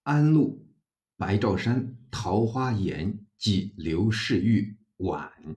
安陆白兆山桃花岩即刘氏玉晚。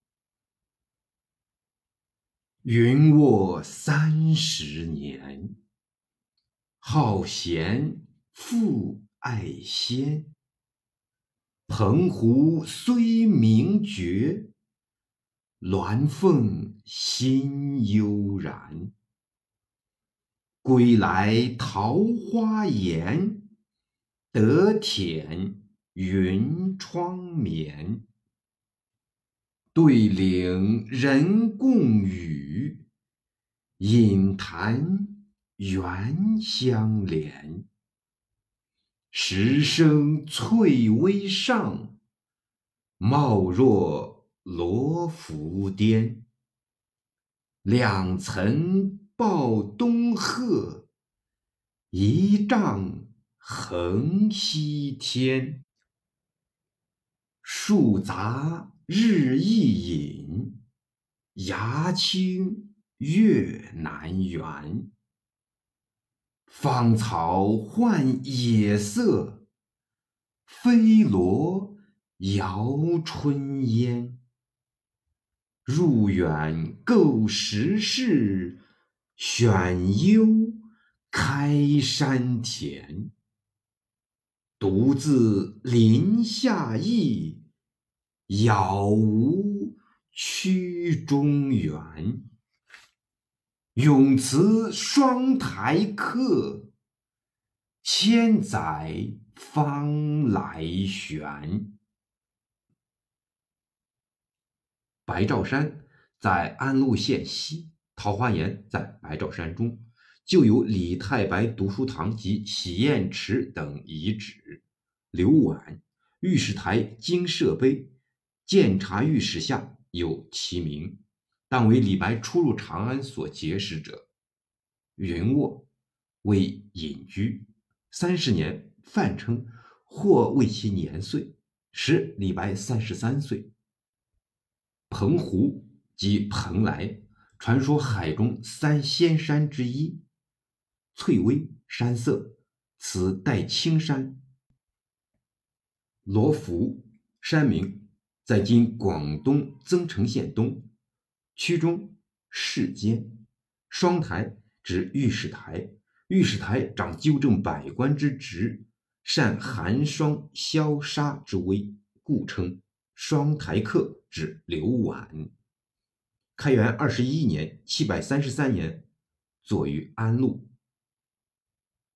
云卧30年，好贤复爱仙。澎湖虽名绝，鸾凤心悠然。归来桃花岩，得舔云窗眠。对岭人共语，饮谈缘相连。石生翠微上，貌若罗浮颠。2层抱东鹤，1丈横西天。树杂日益隐，崖清月难圆。芳草换野色，飞罗摇春烟。入远购石室，选幽开山田。独自林下意，杳无曲中原。咏词双台客，千载方来悬。白兆山在安陆县西，桃花岩在白兆山中，就有李太白读书堂及洗砚池等遗址。刘碗、御史台经社碑、鉴察御史下有其名，但为李白初入长安所结识者。云卧为隐居，30年泛称，或谓其年岁，时李白33岁。澎湖即蓬莱，传说海中3仙山之一，翠微山色，此带青山。罗浮山名，在今广东增城县东，区中市间。双台指御史台，御史台掌纠正百官之职，善寒霜消杀之威，故称双台客，指刘碗。开元21年733年，作于安陆。